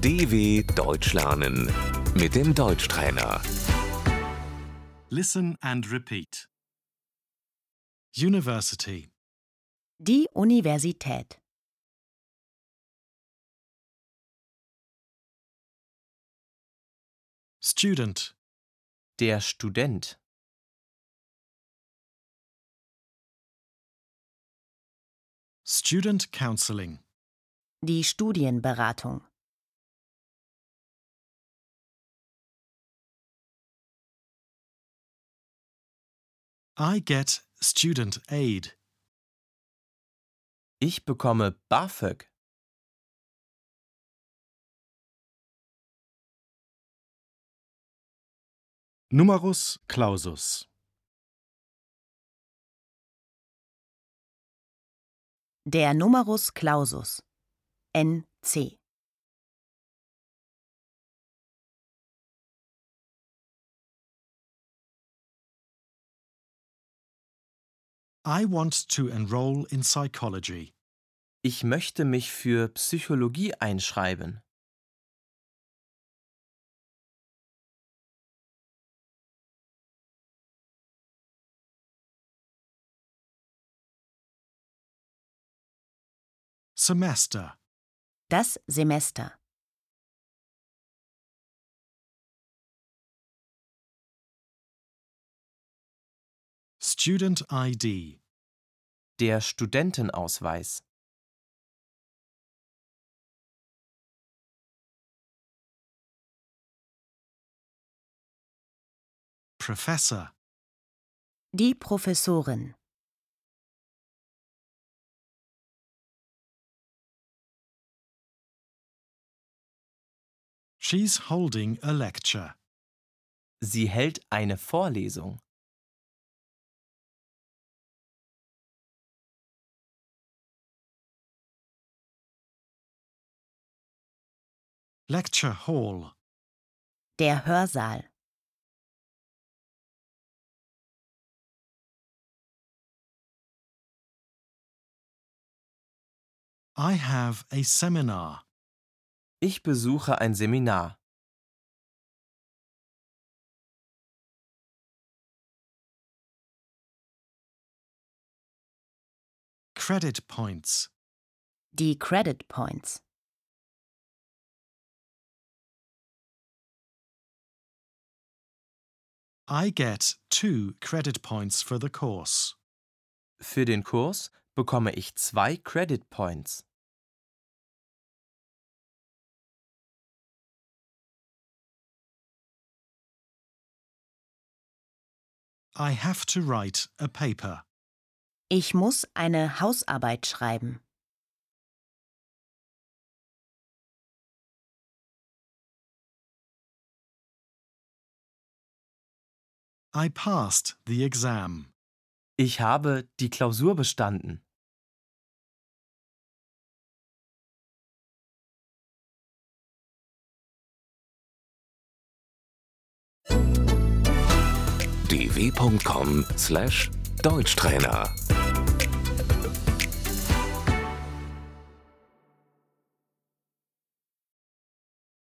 DW Deutsch lernen mit dem Deutschtrainer. Listen and repeat. University, Die Universität. student, Der Student. student counseling, Die Studienberatung. I get student aid. Ich bekomme BAföG. Numerus clausus, Der Numerus Clausus. NC. I want to enroll in psychology. Ich möchte mich für Psychologie einschreiben. Semester, Das Semester. student ID, Der Studentenausweis. professor, Die Professorin. she's holding a lecture. Sie hält eine Vorlesung. Lecture hall, Der Hörsaal. I have a seminar. Ich besuche ein Seminar. Credit points, Die Credit Points. I get 2 credit points for the course. Für den Kurs bekomme ich 2 Credit Points. I have to write a paper. Ich muss eine Hausarbeit schreiben. I passed the exam. Ich habe die Klausur bestanden. dw.com/Deutschtrainer